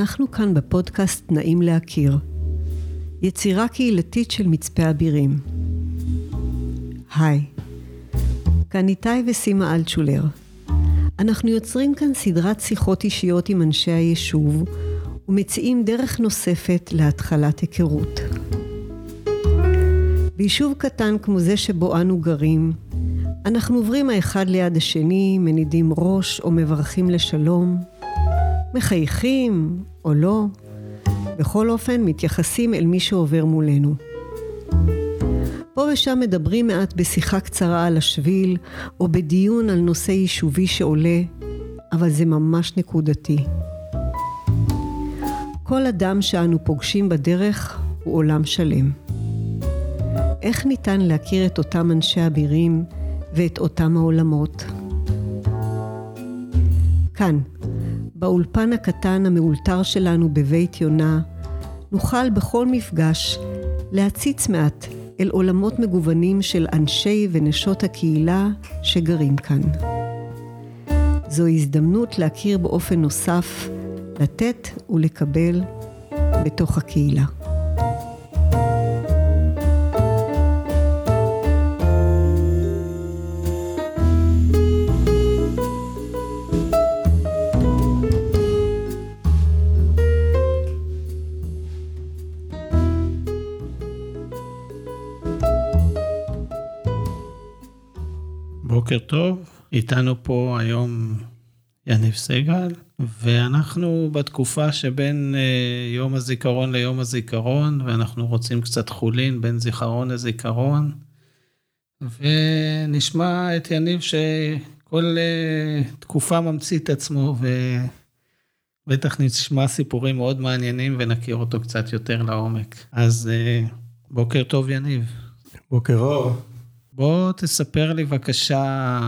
אנחנו כאן בפודקאסט נעים להכיר, יצירה קהילתית של מצפה אבירים. היי, כאן איתי וסימה אלטשולר. אנחנו יוצרים כאן סדרת שיחות אישיות עם אנשי היישוב, ומציעים דרך נוספת להתחלת היכרות. ביישוב קטן כמו זה שבו אנו גרים, אנחנו עוברים האחד ליד השני, מנידים ראש או מברכים לשלום, מחייכים או לא, בכל אופן מתייחסים אל מי שעובר מולנו. פה ושם מדברים מעט בשיחה קצרה על השביל, או בדיון על נושא יישובי שעולה, אבל זה ממש נקודתי. כל אדם שאנו פוגשים בדרך הוא עולם שלם. איך ניתן להכיר את אותם אנשי אבירים ואת אותם העולמות? כאן, באולפן הקטן המאולתר שלנו בבית יונה, נוכל בכל מפגש להציץ מעט אל עולמות מגוונים של אנשי ונשות הקהילה שגרים כאן. זו הזדמנות להכיר באופן נוסף, לתת ולקבל בתוך הקהילה. בוקר טוב, איתנו פה היום יניב סגל, ואנחנו בתקופה שבין יום הזיכרון ליום הזיכרון, ואנחנו רוצים קצת חולין בין זיכרון לזיכרון, ונשמע את יניב שכל תקופה ממציא את עצמו, ובטח נשמע סיפורים מאוד מעניינים ונכיר אותו קצת יותר לעומק. אז בוקר טוב יניב. בוקר אור. בוא תספר לי בבקשה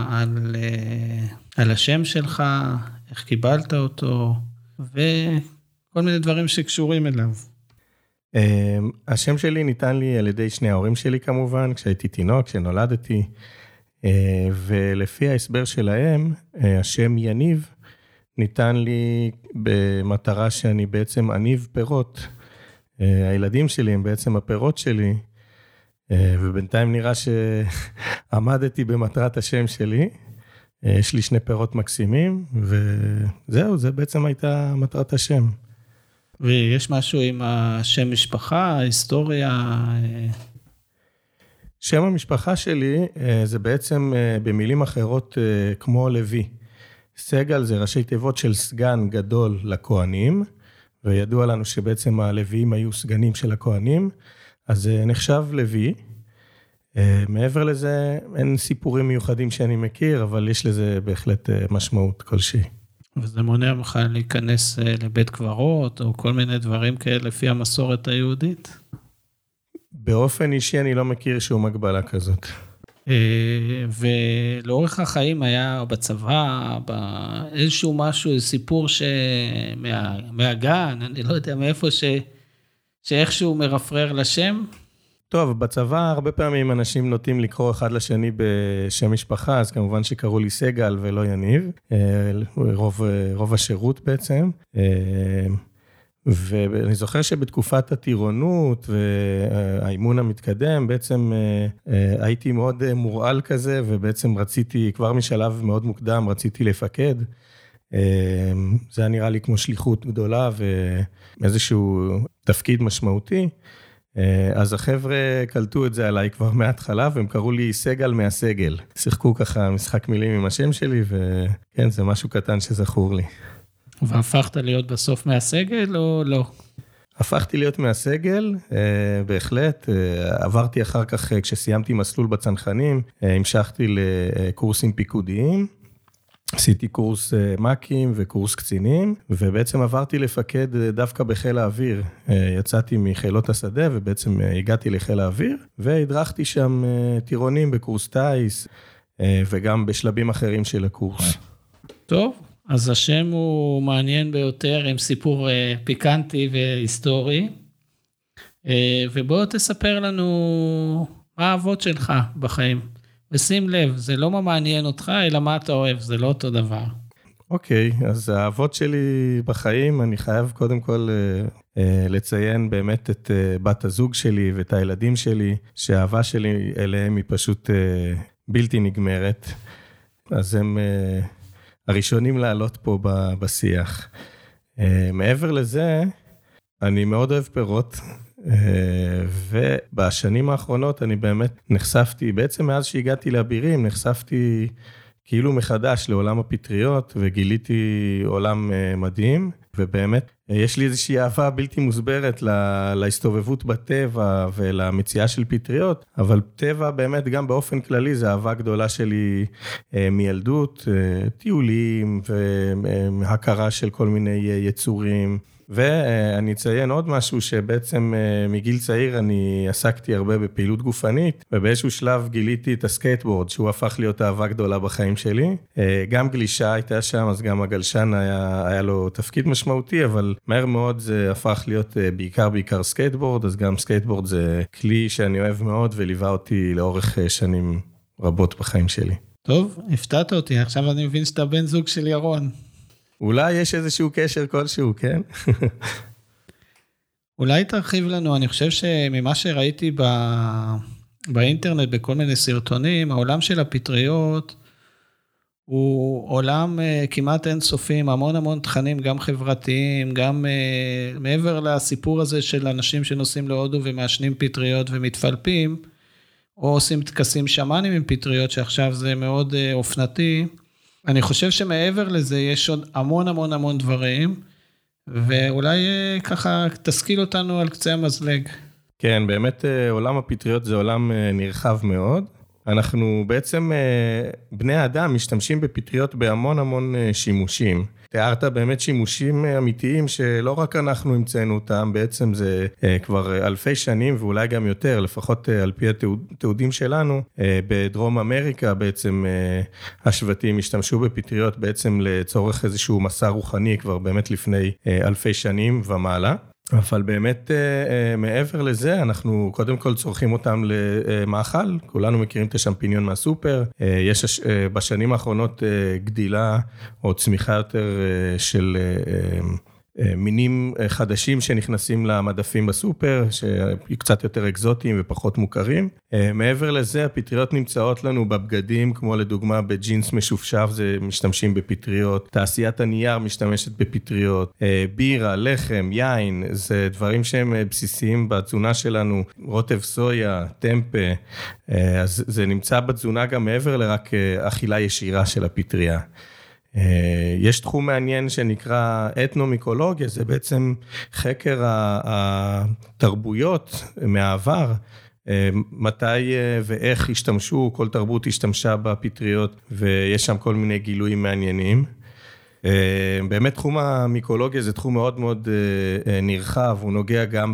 על השם שלך, איך קיבלת אותו, וכל מיני דברים שקשורים אליו. השם שלי ניתן לי על ידי שני ההורים שלי כמובן, כשהייתי תינוק, כשנולדתי, ולפי ההסבר שלהם, השם יניב ניתן לי במטרה שאני בעצם אניב פירות. הילדים שלי הם בעצם הפירות שלי, ובינתיים נראה שעמדתי במטרת השם שלי, יש לי שני פירות מקסימים, וזהו, זה בעצם הייתה מטרת השם. ויש משהו עם השם משפחה, היסטוריה? שם המשפחה שלי זה בעצם במילים אחרות כמו לוי. סגל זה ראשי תיבות של סגן גדול לכהנים, וידוע לנו שבעצם הלוויים היו סגנים של הכהנים, אז זה נחשב לוי. מעבר לזה, אין סיפורים מיוחדים שאני מכיר, אבל יש לזה בהחלט משמעות כלשהי. וזה מונע לך להיכנס לבית קברות, או כל מיני דברים כאלה לפי המסורת היהודית? באופן אישי אני לא מכיר שום הגבלה כזאת. ולאורך החיים היה בצבא, באיזשהו משהו, סיפור מהגן, אני לא יודע מאיפה שאיכשהו מרפרר לשם? טוב, בצבא הרבה פעמים אנשים נוטים לקרוא אחד לשני בשם משפחה, אז כמובן שקראו לי סגל ולא יניב, רוב השירות בעצם, ואני זוכר שבתקופת הטירונות והאימון המתקדם, בעצם הייתי מאוד מורעל כזה, ובעצם רציתי, כבר משלב מאוד מוקדם, רציתי לפקד, זה היה נראה לי כמו שליחות גדולה, ואיזשהו תפקיד משמעותי, אז החבר'ה קלטו את זה עליי כבר מההתחלה, והם קראו לי סגל מהסגל. שיחקו ככה משחק מילים עם השם שלי, וכן, זה משהו קטן שזכור לי. והפכת להיות בסוף מהסגל או לא? הפכתי להיות מהסגל, בהחלט. עברתי אחר כך, כשסיימתי מסלול בצנחנים, המשכתי לקורסים פיקודיים, עשיתי קורס מקים וקורס קצינים, ובעצם עברתי לפקד דווקא בחיל האוויר. יצאתי מחילות השדה, ובעצם הגעתי לחיל האוויר, והדרכתי שם טירונים בקורס טייס, וגם בשלבים אחרים של הקורס. טוב, אז השם הוא מעניין ביותר, עם סיפור פיקנטי והיסטורי, ובוא תספר לנו מה האהבות שלך בחיים. ושים לב, זה לא מה מעניין אותך, אלא מה אתה אוהב, זה לא אותו דבר. אוקיי, אז האבות שלי בחיים, אני חייב קודם כל לציין באמת את בת הזוג שלי ואת הילדים שלי, שהאהבה שלי אליהם היא פשוט בלתי נגמרת. אז הם הראשונים לעלות פה בשיח. מעבר לזה, אני מאוד אוהב פירות, ובשנים האחרונות אני באמת נחשפתי, בעצם מאז שהגעתי לאבירים, נחשפתי כאילו מחדש לעולם הפטריות, וגיליתי עולם מדהים, ובאמת יש לי איזושהי אהבה בלתי מוסברת להסתובבות בטבע ולמציאה של פטריות, אבל טבע באמת גם באופן כללי זה אהבה גדולה שלי מילדות, טיולים והכרה של כל מיני יצורים, ואני אציין עוד משהו שבעצם מגיל צעיר אני עסקתי הרבה בפעילות גופנית, ובאיזשהו שלב גיליתי את הסקייטבורד, שהוא הפך להיות אהבה גדולה בחיים שלי. גם גלישה הייתה שם, אז גם הגלשן היה לו תפקיד משמעותי, אבל מהר מאוד זה הפך להיות בעיקר סקייטבורד, אז גם סקייטבורד זה כלי שאני אוהב מאוד, וליווה אותי לאורך שנים רבות בחיים שלי. טוב, הפתעת אותי, עכשיו אני מבין שאתה בן זוג של ירון. אולי יש איזשהו קשר כלשהו, כן? אולי תרחיב לנו, אני חושב שממה שראיתי באינטרנט, בכל מיני סרטונים, העולם של הפטריות, הוא עולם כמעט אינסופי, עם המון תכנים, גם חברתיים, גם מעבר לסיפור הזה של אנשים שנוסעים להודו ומאשנים פטריות ומתפלפים, או עושים טקסים שמאנים עם פטריות, שעכשיו זה מאוד אופנתי. אני חושב שמעבר לזה יש עוד המון דברים, ואולי ככה תשכיל אותנו על קצה המזלג. כן, באמת עולם הפטריות זה עולם נרחב מאוד. אנחנו בעצם, בני האדם משתמשים בפטריות בהמון שימושים. תיארת באמת שימושים אמיתיים שלא רק אנחנו המצאנו אותם, בעצם זה כבר אלפי שנים ואולי גם יותר, לפחות על פי התיעודים שלנו. בדרום אמריקה בעצם השבטים השתמשו בפטריות בעצם לצורך איזשהו מסע רוחני כבר באמת לפני אלפי שנים ומעלה. אבל באמת מעבר לזה, אנחנו קודם כל צורכים אותם למאכל, כולנו מכירים את השמפיניון מהסופר, יש בשנים האחרונות גדילה או צמיחה יותר של מינים חדשים שנכנסים למדפים בסופר, שקצת יותר אקזוטיים ופחות מוכרים. מעבר לזה, הפטריות נמצאות לנו בבגדים, כמו לדוגמה בג'ינס משופשף, זה משתמשים בפטריות, תעשיית הנייר משתמשת בפטריות, בירה, לחם, יין, זה דברים שהם בסיסיים בתזונה שלנו, רוטב סויה, טמפה, אז זה נמצא בתזונה גם מעבר לרק אכילה ישירה של הפטריה. יש תחום מעניין שנקרא אתנומיקולוגיה, זה בעצם חקר התרבויות מהעבר, מתי ואיך השתמשו, כל תרבות השתמשה בפטריות, ויש שם כל מיני גילויים מעניינים. באמת תחום המיקולוגיה זה תחום מאוד נרחב, הוא נוגע גם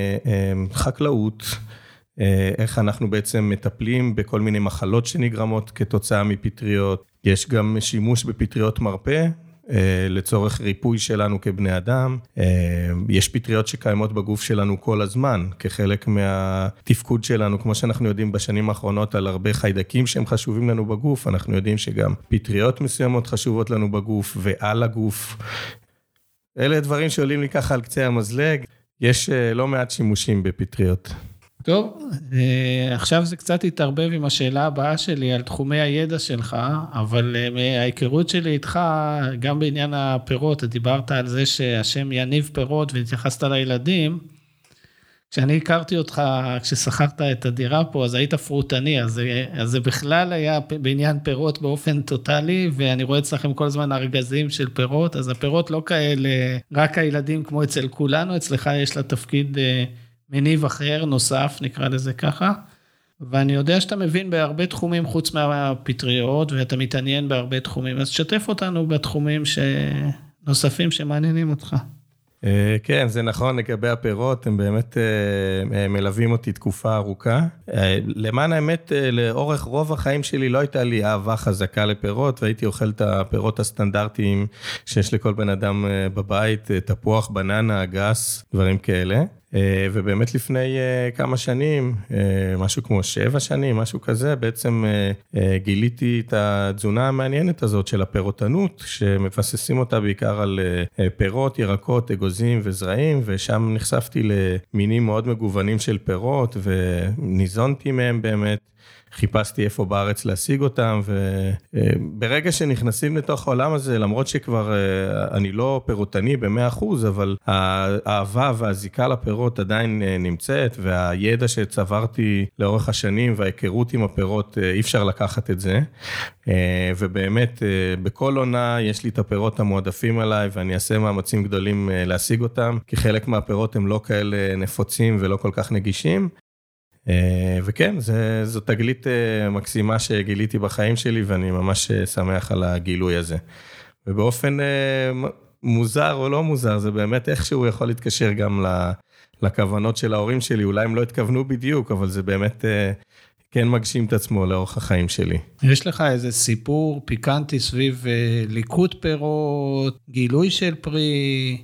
בחקלאות, איך אנחנו בעצם מטפלים בכל מיני מחלות שנגרמות כתוצאה מפטריות. יש גם שימוש בפטריות מרפא, לצורך ריפוי שלנו כבני אדם. יש פטריות שקיימות בגוף שלנו כל הזמן, כחלק מהתפקוד שלנו, כמו שאנחנו יודעים בשנים האחרונות על הרבה חיידקים שהם חשובים לנו בגוף, אנחנו יודעים שגם פטריות מסוימות חשובות לנו בגוף ועל הגוף. אלה דברים שעולים לי ככה על קצה המזלג, יש לא מעט שימושים בפטריות. טוב, עכשיו זה קצת התערבב עם השאלה הבאה שלי על תחומי הידע שלך, אבל מההיכרות שלי איתך, גם בעניין הפירות, דיברת על זה שהשם יניב פירות והתייחסת לילדים, כשאני הכרתי אותך, כששכרת את הדירה פה, אז היית פרוטני, אז זה בכלל היה בעניין פירות באופן טוטלי, ואני רואה אצלכם כל הזמן ארגזים של פירות, אז הפירות לא כאלה, רק הילדים כמו אצל כולנו, אצלך יש לה תפקיד מניב אחר, נוסף, נקרא לזה ככה, ואני יודע שאתה מבין בהרבה תחומים חוץ מהפטריות, ואתה מתעניין בהרבה תחומים, אז שתף אותנו בתחומים נוספים שמעניינים אותך. כן, זה נכון לגבי הפירות, הם באמת מלווים אותי תקופה ארוכה. למען האמת, לאורך רוב החיים שלי לא הייתה לי אהבה חזקה לפירות, והייתי אוכל את הפירות הסטנדרטיים שיש לכל בן אדם בבית, תפוח, בננה, אגס, דברים כאלה. ובאמת לפני כמה שנים, משהו כמו 7 שנים, משהו כזה, בעצם גיליתי את התזונה המעניינת הזאת של הפירותנות, שמבססים אותה בעיקר על פירות, ירקות, אגוזים וזרעים, ושם נחשפתי למינים מאוד מגוונים של פירות, וניזונתי מהם באמת. חיפשתי איפה בארץ להשיג אותם, וברגע שנכנסים לתוך העולם הזה, למרות שכבר אני לא פירותני ב100%, אבל האהבה והזיקה לפירות עדיין נמצאת, והידע שצברתי לאורך השנים, וההיכרות עם הפירות, אי אפשר לקחת את זה, ובאמת בכל עונה יש לי את הפירות המועדפים עליי, ואני אעשה מאמצים גדולים להשיג אותם, כי חלק מהפירות הם לא כאלה נפוצים ולא כל כך נגישים, וכן, זו תגלית מקסימה שגיליתי בחיים שלי, ואני ממש שמח על הגילוי הזה. ובאופן מוזר או לא מוזר, זה באמת איכשהו יכול להתקשר גם לכוונות של ההורים שלי, אולי הם לא התכוונו בדיוק, אבל זה באמת כן מגשים את עצמו לאורך החיים שלי. יש לך איזה סיפור פיקנטי סביב ליקוט פירות, גילוי של פרי,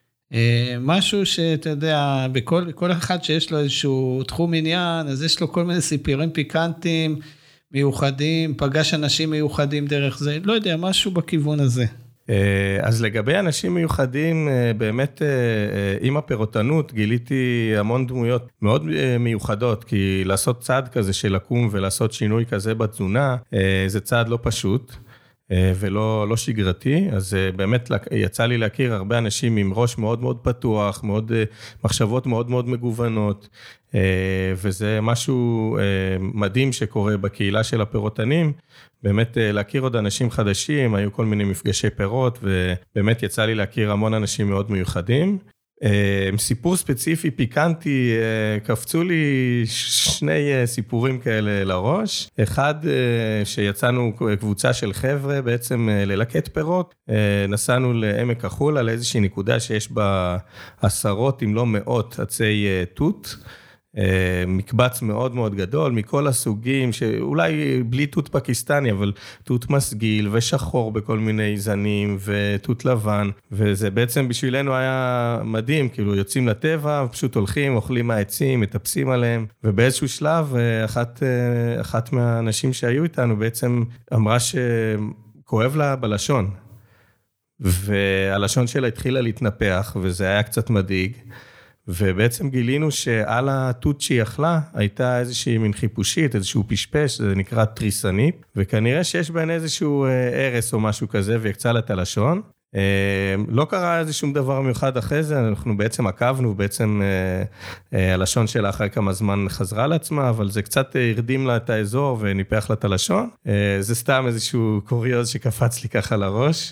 משהו שאתה יודע, בכל אחד שיש לו איזשהו תחום עניין, אז יש לו כל מיני סיפורים פיקנטיים, מיוחדים, פגש אנשים מיוחדים דרך זה, לא יודע, משהו בכיוון הזה. אז לגבי אנשים מיוחדים, באמת עם הפירותנות גיליתי המון דמויות מאוד מיוחדות, כי לעשות צעד כזה של לקום ולעשות שינוי כזה בתזונה, זה צעד לא פשוט. ולא שגרתי, אז באמת יצא לי להכיר הרבה אנשים עם ראש מאוד מאוד פתוח, מחשבות מאוד מאוד מגוונות, וזה משהו מדהים שקורה בקהילה של הפירותנים, באמת להכיר עוד אנשים חדשים, היו כל מיני מפגשי פירות, ובאמת יצא לי להכיר המון אנשים מאוד מיוחדים. סיפור ספציפי פיקנטי, קפצו לי 2 סיפורים כאלה לראש. אחד, שיצאנו קבוצה של חבר'ה בעצם ללקט פירות, נסענו לעמק החולה, לאיזושהי נקודה שיש בה עשרות אם לא מאות עצי תות, מקבץ מאוד מאוד גדול, מכל הסוגים, שאולי בלי תות פקיסטני, אבל תות מסגיל ושחור בכל מיני זנים, ותות לבן, וזה בעצם בשבילנו היה מדהים, כאילו יוצאים לטבע, פשוט הולכים, אוכלים מהעצים, מטפסים עליהם, ובאיזשהו שלב, אחת מהאנשים שהיו איתנו בעצם אמרה שכואב לה בלשון, והלשון שלה התחילה להתנפח, וזה היה קצת מדאיג, ובעצם גילינו שעל התות שהיא אכלה, הייתה איזושהי מין חיפושית, איזשהו פשפש, זה נקרא טריסנית, וכנראה שיש בהן איזשהו ערס או משהו כזה, ויקצה לה את הלשון. לא קרה איזה שום דבר מיוחד אחרי זה, אנחנו בעצם עקבנו, בעצם הלשון שלה אחרי כמה זמן חזרה לעצמה, אבל זה קצת הרדים לה את האזור וניפח לה את הלשון, זה סתם איזשהו קוריוז שקפץ לי ככה לראש,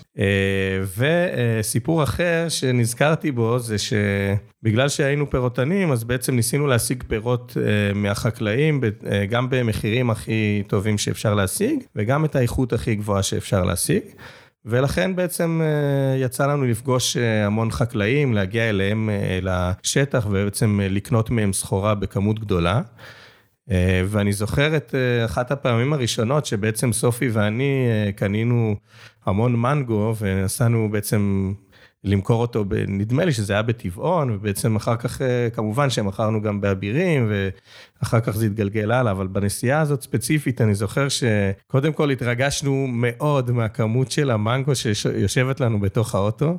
וסיפור אחר שנזכרתי בו זה שבגלל שהיינו פירותנים, אז בעצם ניסינו להשיג פירות מהחקלאים, גם במחירים הכי טובים שאפשר להשיג, וגם את האיכות הכי גבוהה שאפשר להשיג, ולכן בעצם יצא לנו לפגוש המון חקלאים, להגיע אליהם לשטח, ובעצם לקנות מהם סחורה בכמות גדולה. ואני זוכר את אחת הפעמים הראשונות, שבעצם סופי ואני קנינו המון מנגו, ונסענו בעצם למכור אותו, נדמה לי שזה היה בטבעון, ובעצם אחר כך, כמובן שמכרנו גם באבירים, ואחר כך זה התגלגל הלאה, אבל בנסיעה הזאת ספציפית, אני זוכר שקודם כל התרגשנו מאוד מהכמות של המנגו שיושבת לנו בתוך האוטו,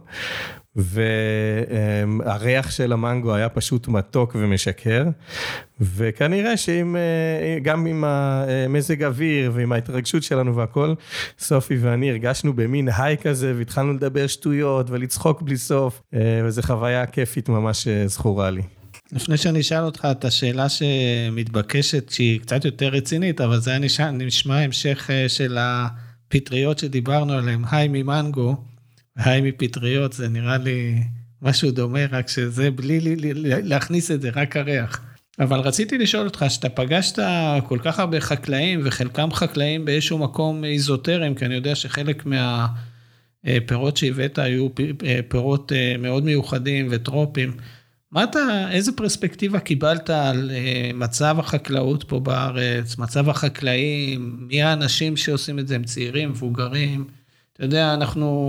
והריח של המנגו היה פשוט מתוק ומשקר, וכנראה גם עם המזג אוויר ועם ההתרגשות שלנו והכל, סופי ואני הרגשנו במין היי כזה, והתחלנו לדבר שטויות ולצחוק בלי סוף, וזו חוויה כיפית ממש זכורה לי. לפני שאני אשאל אותך את השאלה שמתבקשת, שהיא קצת יותר רצינית, אבל זה נשמע המשך של הפטריות שדיברנו עליהן, היי ממנגו, היי מפטריות, זה נראה לי משהו דומה, רק שזה בלי להכניס את זה, רק הריח. אבל רציתי לשאול אותך, שאתה פגשת כל כך הרבה חקלאים, וחלקם חקלאים באיזשהו מקום איזוטריים, כי אני יודע שחלק מהפירות שהבאת היו פירות מאוד מיוחדים וטרופים. איזה פרספקטיבה קיבלת על מצב החקלאות פה בארץ, מצב החקלאים, מי האנשים שעושים את זה, הם צעירים, מבוגרים? אתה יודע, אנחנו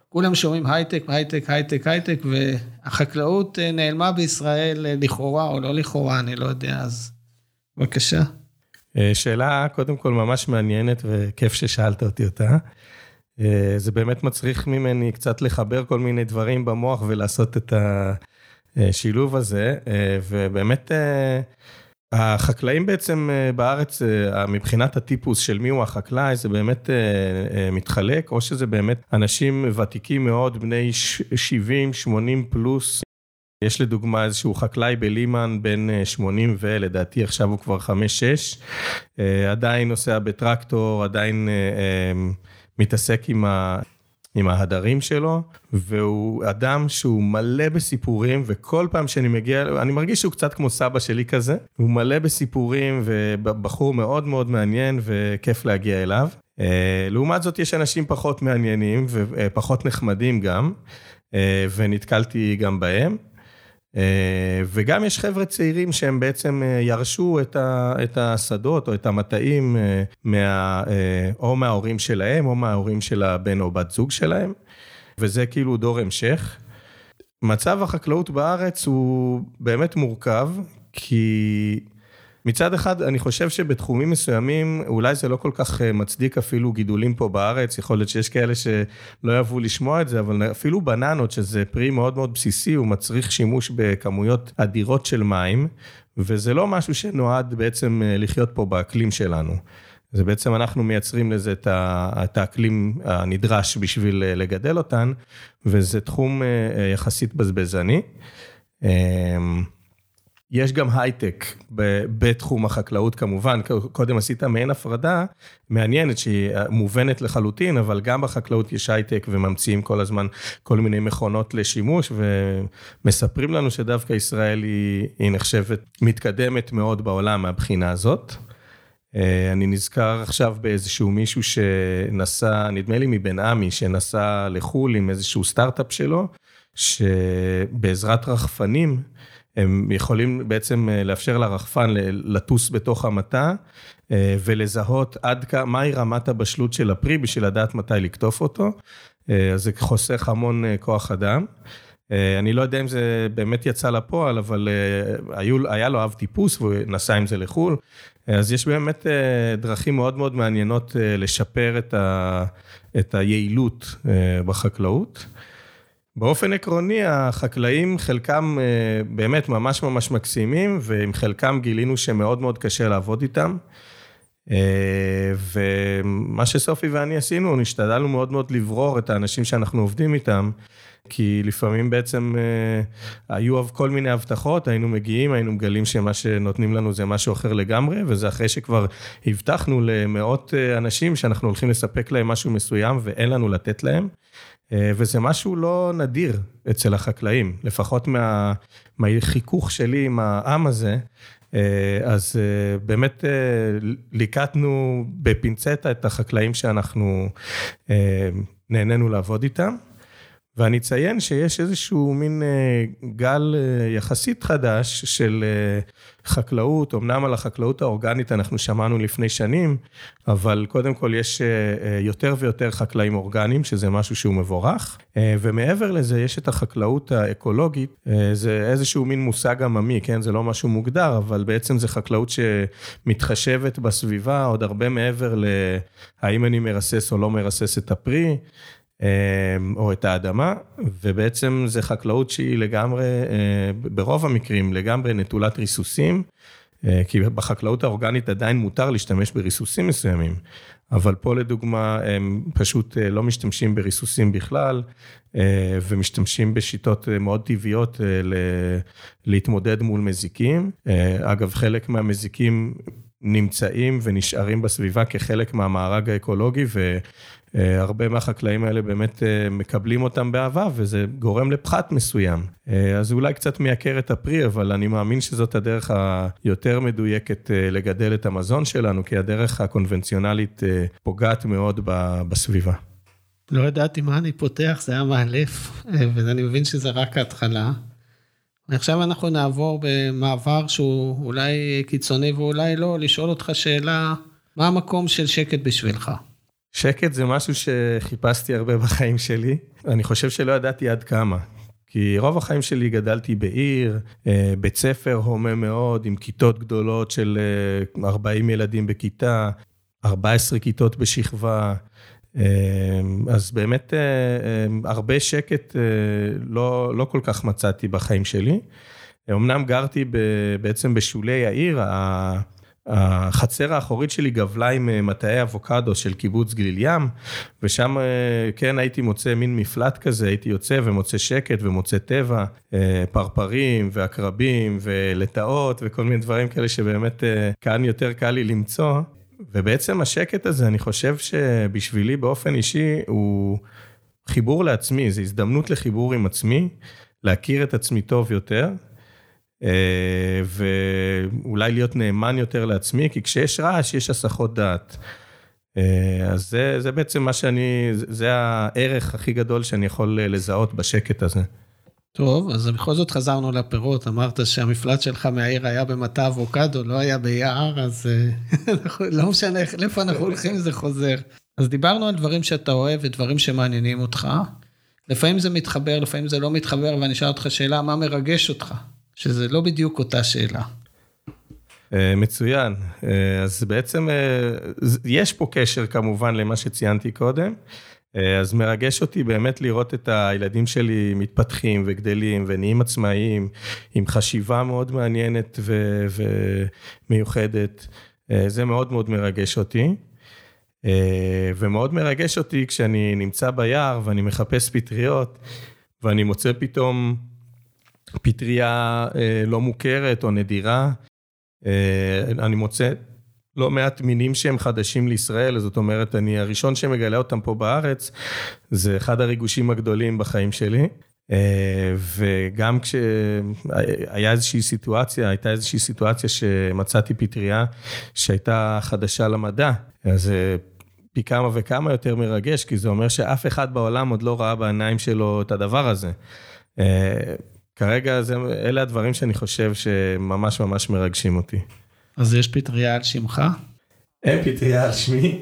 כולם שומעים הייטק, הייטק, הייטק, הייטק, והחקלאות נעלמה בישראל לכאורה או לא לכאורה, אני לא יודע, אז בבקשה. שאלה קודם כל ממש מעניינת וכיף ששאלת אותי אותה. זה באמת מצריך ממני קצת לחבר כל מיני דברים במוח ולעשות את השילוב הזה, ובאמת החקלאים בעצם בארץ, מבחינת הטיפוס של מי הוא החקלאי, זה באמת מתחלק, או שזה באמת אנשים ותיקים מאוד, בני 70, 80 פלוס. יש לדוגמה איזשהו חקלאי בלימן, בין 80 ולדעתי עכשיו הוא כבר 5-6, עדיין נוסע בטרקטור, עדיין מתעסק עם ההדרים שלו, והוא אדם שהוא מלא בסיפורים, וכל פעם שאני מגיע, אני מרגיש שהוא קצת כמו סבא שלי כזה, הוא מלא בסיפורים, ובחור מאוד מאוד מעניין, וכיף להגיע אליו. לעומת זאת יש אנשים פחות מעניינים, ופחות נחמדים גם, ונתקלתי גם בהם. וגם יש חבר'ה צעירים שהם בעצם ירשו את השדות או את המטעים או מההורים שלהם או מההורים של הבן או בת זוג שלהם, וזה כאילו דור המשך. מצב החקלאות בארץ הוא באמת מורכב, כי מצד אחד אני חושב שבתחומים מסוימים אולי זה לא כל כך מצדיק אפילו גידולים פה בארץ, יכול להיות שיש כאלה שלא יאהבו לשמוע את זה, אבל אפילו בננות שזה פרי מאוד מאוד בסיסי, הוא מצריך שימוש בכמויות אדירות של מים, וזה לא משהו שנועד בעצם לחיות פה באקלים שלנו. זה בעצם אנחנו מייצרים לזה את האקלים הנדרש בשביל לגדל אותן, וזה תחום יחסית בזבזני. יש גם הייטק בתחום החקלאות כמובן, קודם עשית מעין הפרדה, מעניינת שהיא מובנת לחלוטין, אבל גם בחקלאות יש הייטק וממציאים כל הזמן כל מיני מכונות לשימוש, ומספרים לנו שדווקא ישראל היא נחשבת מתקדמת מאוד בעולם מהבחינה הזאת. אני נזכר עכשיו באיזשהו מישהו שנסע, נדמה לי מבן עמי, שנסע לחול עם איזשהו סטארט-אפ שלו, שבעזרת רחפנים, הם יכולים בעצם לאפשר לרחפן לטוס בתוך המטע, ולזהות מהי רמת הבשלות של הפרי, בשביל לדעת מתי לקטוף אותו, אז זה חוסך המון כוח אדם. אני לא יודע אם זה באמת יצא לפועל, אבל היה לו אב טיפוס, והוא נסע עם זה לחול, אז יש באמת דרכים מאוד מאוד מעניינות לשפר את היעילות בחקלאות. באופן עקרוני, החקלאים חלקם באמת ממש ממש מקסימים, ועם חלקם גילינו שמאוד מאוד קשה לעבוד איתם, ומה שסופי ואני עשינו, נשתדלנו מאוד מאוד לברור את האנשים שאנחנו עובדים איתם, כי לפעמים בעצם היו כל מיני הבטחות, היינו מגיעים, היינו מגלים שמה שנותנים לנו זה משהו אחר לגמרי, וזה אחרי שכבר הבטחנו למאות אנשים שאנחנו הולכים לספק להם משהו מסוים, ואין לנו לתת להם, וזה משהו לא נדיר אצל החקלאים, לפחות מהחיכוך שלי עם העם הזה, אז באמת ליקטנו בפינצטה את החקלאים שאנחנו נהנינו לעבוד איתם, ואני אציין שיש איזשהו מין גל יחסית חדש של חקלאות, אמנם על החקלאות האורגנית אנחנו שמענו לפני שנים, אבל קודם כל יש יותר ויותר חקלאים אורגניים, שזה משהו שהוא מבורך, ומעבר לזה יש את החקלאות האקולוגית, זה איזשהו מין מושג עממי, כן? זה לא משהו מוגדר, אבל בעצם זה חקלאות שמתחשבת בסביבה, עוד הרבה מעבר להאם אני מרסס או לא מרסס את הפרי, או את האדמה, ובעצם זה חקלאות שהיא לגמרי, ברוב המקרים, לגמרי נטולת ריסוסים, כי בחקלאות האורגנית עדיין מותר להשתמש בריסוסים מסוימים, אבל פה לדוגמה הם פשוט לא משתמשים בריסוסים בכלל, ומשתמשים בשיטות מאוד טבעיות להתמודד מול מזיקים. אגב, חלק מהמזיקים נמצאים ונשארים בסביבה כחלק מהמארג האקולוגי, והרבה מהחקלאים האלה באמת מקבלים אותם באהבה, וזה גורם לפחת מסוים. אז אולי קצת מייקר את הפרי, אבל אני מאמין שזאת הדרך היותר מדויקת לגדל את המזון שלנו, כי הדרך הקונבנציונלית פוגעת מאוד בסביבה. לא ידעתי מה אני פותח, זה היה מאלף, ואני מבין שזה רק ההתחלה. עכשיו אנחנו נעבור במעבר שהוא אולי קיצוני ואולי לא, לשאול אותך שאלה, מה המקום של שקט בשבילך? שקט זה משהו שחיפשתי הרבה בחיים שלי. אני חושב שלא ידעתי עד כמה. כי רוב החיים שלי גדלתי בעיר, בית ספר הומה מאוד, עם כיתות גדולות של 40 ילדים בכיתה, 14 כיתות בשכבה, אז באמת הרבה שקט לא כל כך מצאתי בחיים שלי. אמנם גרתי בעצם בשולי העיר, החצר האחורית שלי גבלה עם מטעי אבוקדו של קיבוץ גליל ים, ושם כן הייתי מוצא מין מפלט כזה, הייתי יוצא ומוצא שקט ומוצא טבע, פרפרים ועקרבים ולטאות וכל מיני דברים כאלה שבאמת כאן יותר קל לי למצוא. ובעצם השקט הזה, אני חושב שבשבילי באופן אישי הוא חיבור לעצמי, זו הזדמנות לחיבור עם עצמי, להכיר את עצמי טוב יותר, ואולי להיות נאמן יותר לעצמי, כי כשיש רעש יש הסחות דעת. אז זה בעצם מה זה הערך הכי גדול שאני יכול לזהות בשקט הזה. טוב, אז בכל זאת חזרנו לפירות, אמרת שהמפלט שלך מהעיר היה במטע אבוקדו, לא היה ביער, אז לא משנה איפה אנחנו הולכים, זה חוזר. אז דיברנו על דברים שאתה אוהב ודברים שמעניינים אותך, לפעמים זה מתחבר, לפעמים זה לא מתחבר, ואני אשאל אותך שאלה, מה מרגש אותך? שזה לא בדיוק אותה שאלה. מצוין, אז בעצם יש פה קשר כמובן למה שציינתי קודם, אז מרגש אותי באמת לראות את הילדים שלי מתפתחים וגדלים ונהיים עצמאיים, עם חשיבה מאוד מעניינת ומיוחדת, זה מאוד מאוד מרגש אותי, ומאוד מרגש אותי כשאני נמצא ביער ואני מחפש פטריות, ואני מוצא פתאום פטריה לא מוכרת או נדירה, אני מוצא לא מעט מינים שהם חדשים לישראל, זאת אומרת, אני הראשון שמגלה אותם פה בארץ, זה אחד הריגושים הגדולים בחיים שלי, וגם כשהייתה איזושהי סיטואציה שמצאתי פטריה שהייתה חדשה למדע, אז פי כמה וכמה יותר מרגש, כי זה אומר שאף אחד בעולם עוד לא ראה בעיניים שלו את הדבר הזה. כרגע אלה הדברים שאני חושב שממש ממש מרגשים אותי. אז יש פטריה על שמך? אין פטריה על שמי.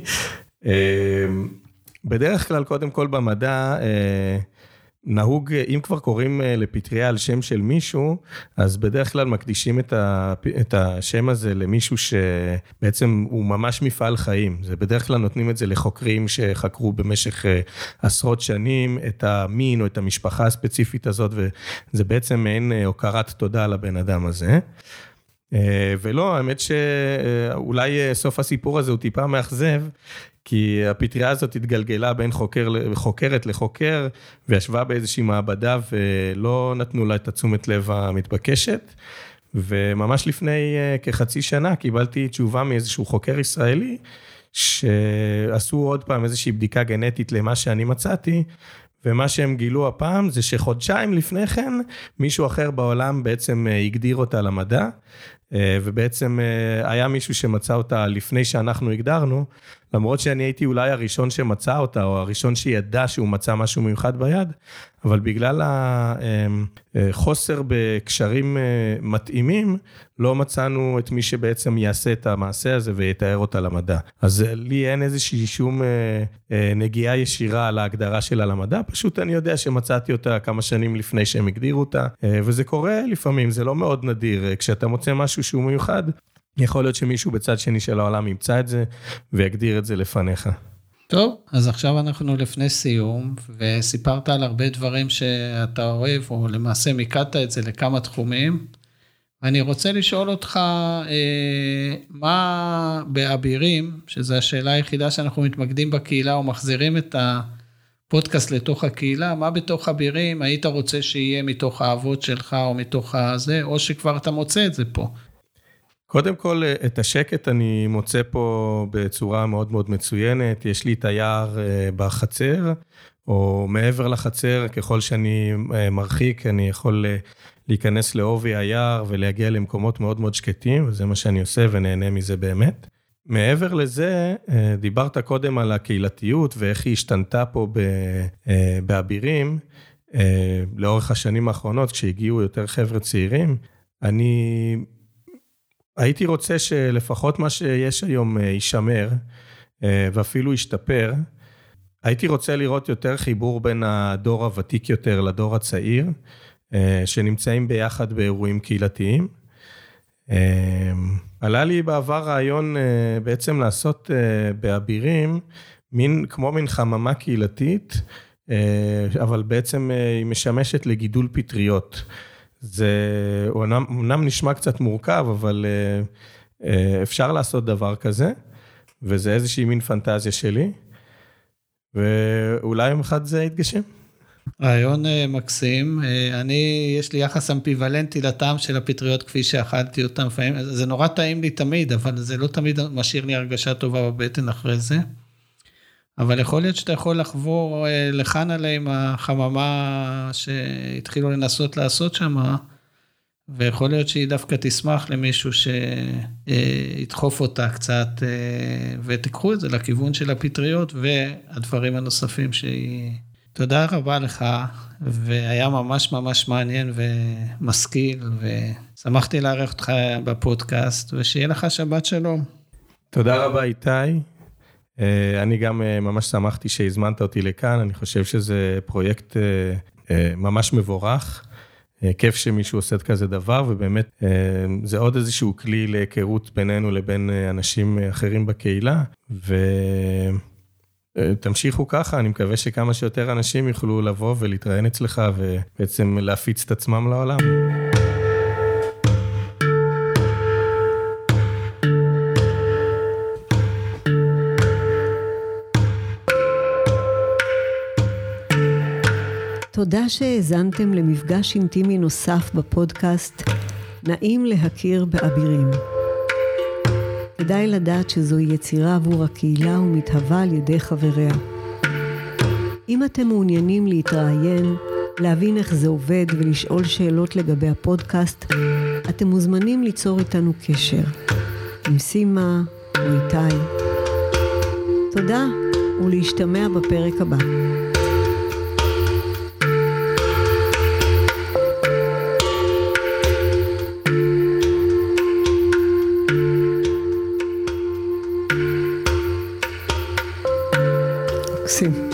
בדרך כלל, קודם כל במדע, נהוג, אם כבר קוראים לפטריה על שם של מישהו, אז בדרך כלל מקדישים את השם הזה למישהו שבעצם הוא ממש מפעל חיים. זה בדרך כלל נותנים את זה לחוקרים שחקרו במשך עשרות שנים את המין או את המשפחה הספציפית הזאת, וזה בעצם מעין הוקרת תודה לבן אדם הזה. ולא, האמת שאולי סוף הסיפור הזה הוא טיפה מאכזב, כי הפטריה הזאת התגלגלה בין חוקרת לחוקר, וישבה באיזושהי מעבדה, ולא נתנו לה את התשומת לב המתבקשת, וממש לפני כחצי שנה קיבלתי תשובה מאיזשהו חוקר ישראלי, שעשו עוד פעם איזושהי בדיקה גנטית למה שאני מצאתי, ומה שהם גילו הפעם זה שחודשיים לפני כן, מישהו אחר בעולם בעצם הגדיר אותה למדע, ובעצם היה מישהו שמצא אותה לפני שאנחנו הגדרנו, למרות שאני הייתי אולי הראשון שמצא אותה, או הראשון שידע שהוא מצא משהו מיוחד ביד, אבל בגלל החוסר בקשרים מתאימים, לא מצאנו את מי שבעצם יעשה את המעשה הזה ויתאר אותה למדע. אז לי אין איזושהי שום נגיעה ישירה על ההגדרה שלה למדע, פשוט אני יודע שמצאתי אותה כמה שנים לפני שהם הגדירו אותה, וזה קורה לפעמים, זה לא מאוד נדיר, כשאתה מוצא משהו שהוא מיוחד, יכול להיות שמישהו בצד שני של העולם ימצא את זה, ויגדיר את זה לפניך. טוב, אז עכשיו אנחנו לפני סיום, וסיפרת על הרבה דברים שאתה אוהב, או למעשה מיקדת את זה לכמה תחומים. אני רוצה לשאול אותך, מה באבירים, שזו השאלה היחידה שאנחנו מתמקדים בקהילה, או מחזירים את הפודקאסט לתוך הקהילה, מה בתוך אבירים היית רוצה שיהיה מתוך האהבות שלך, או מתוך הזה, או שכבר אתה מוצא את זה פה? קודם כל, את השקט אני מוצא פה בצורה מאוד מאוד מצוינת, יש לי את היער בחצר, או מעבר לחצר, ככל שאני מרחיק, אני יכול להיכנס לעובי היער, ולהגיע למקומות מאוד מאוד שקטים, וזה מה שאני עושה ונהנה מזה באמת. מעבר לזה, דיברת קודם על הקהילתיות, ואיך היא השתנתה פה באבירים, לאורך השנים האחרונות, כשהגיעו יותר חבר'ה צעירים, הייתי רוצה שלפחות מה שיש היום יישמר, ואפילו השתפר. הייתי רוצה לראות יותר חיבור בין הדור הוותיק יותר לדור הצעיר, שנמצאים ביחד באירועים קהילתיים. עלה לי בעבר רעיון בעצם לעשות באבירים, כמו מין חממה קהילתית, אבל בעצם היא משמשת לגידול פטריות. זה אומנם נשמע קצת מורכב, אבל אפשר לעשות דבר כזה, וזה איזושהי מין פנטזיה שלי, ואולי יום אחד זה יתגשם. רעיון מקסים, יש לי יחס אמביוולנטי לטעם של הפטריות כפי שאכלתי אותם, זה נורא טעים לי תמיד, אבל זה לא תמיד משאיר לי הרגשה טובה בבטן אחרי זה, אבל יכול להיות שאתה יכול לחבור לכאן עליהם החממה שהתחילו לנסות לעשות שם, ויכול להיות שהיא דווקא תשמח למישהו שידחוף אותה קצת, ותקחו את זה לכיוון של הפטריות והדברים הנוספים שהיא... תודה רבה לך, והיה ממש ממש מעניין ומשכיל, ושמחתי לארח אותך בפודקאסט, ושיהיה לך שבת שלום. תודה רבה איתי, אני גם ממש שמחתי שהזמנת אותי לכאן, אני חושב שזה פרויקט ממש מבורך, כיף שמישהו עושה כזה דבר, ובאמת זה עוד איזשהו כלי להיכרות בינינו לבין אנשים אחרים בקהילה, תמשיכו ככה, אני מקווה שכמה שיותר אנשים יוכלו לבוא ולהתראיין אצלך, ובעצם להפיץ את עצמם לעולם. תודה שהאזנתם למפגש אינטימי נוסף בפודקאסט, נעים להכיר באבירים. כדאי לדעת שזוהי יצירה עבור הקהילה ומתהווה על ידי חבריה. אם אתם מעוניינים להתראיין, להבין איך זה עובד ולשאול שאלות לגבי הפודקאסט, אתם מוזמנים ליצור איתנו קשר, עם סימה או איתי. תודה ולהשתמע בפרק הבא. Sim.